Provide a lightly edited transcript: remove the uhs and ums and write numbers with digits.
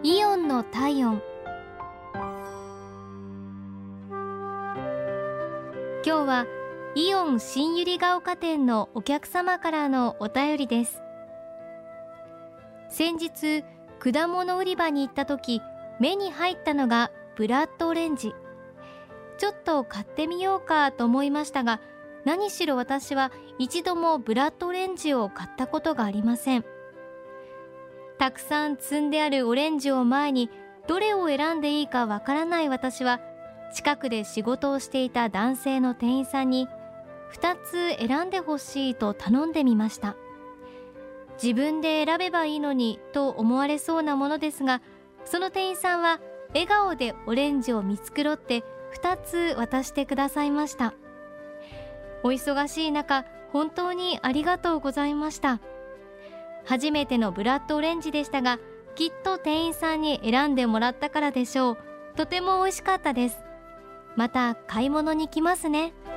イオンの体温。今日はイオン新百合ヶ丘店のお客様からのお便りです。先日果物売り場に行った時、目に入ったのがブラッドオレンジ。ちょっと買ってみようかと思いましたが、何しろ私は一度もブラッドオレンジを買ったことがありません。たくさん積んであるオレンジを前に、どれを選んでいいかわからない私は、近くで仕事をしていた男性の店員さんに2つ選んでほしいと頼んでみました。自分で選べばいいのにと思われそうなものですが、その店員さんは笑顔でオレンジを見繕って2つ渡してくださいました。お忙しい中、本当にありがとうございました。初めてのブラッドオレンジでしたが、きっと店員さんに選んでもらったからでしょう。とても美味しかったです。また買い物に来ますね。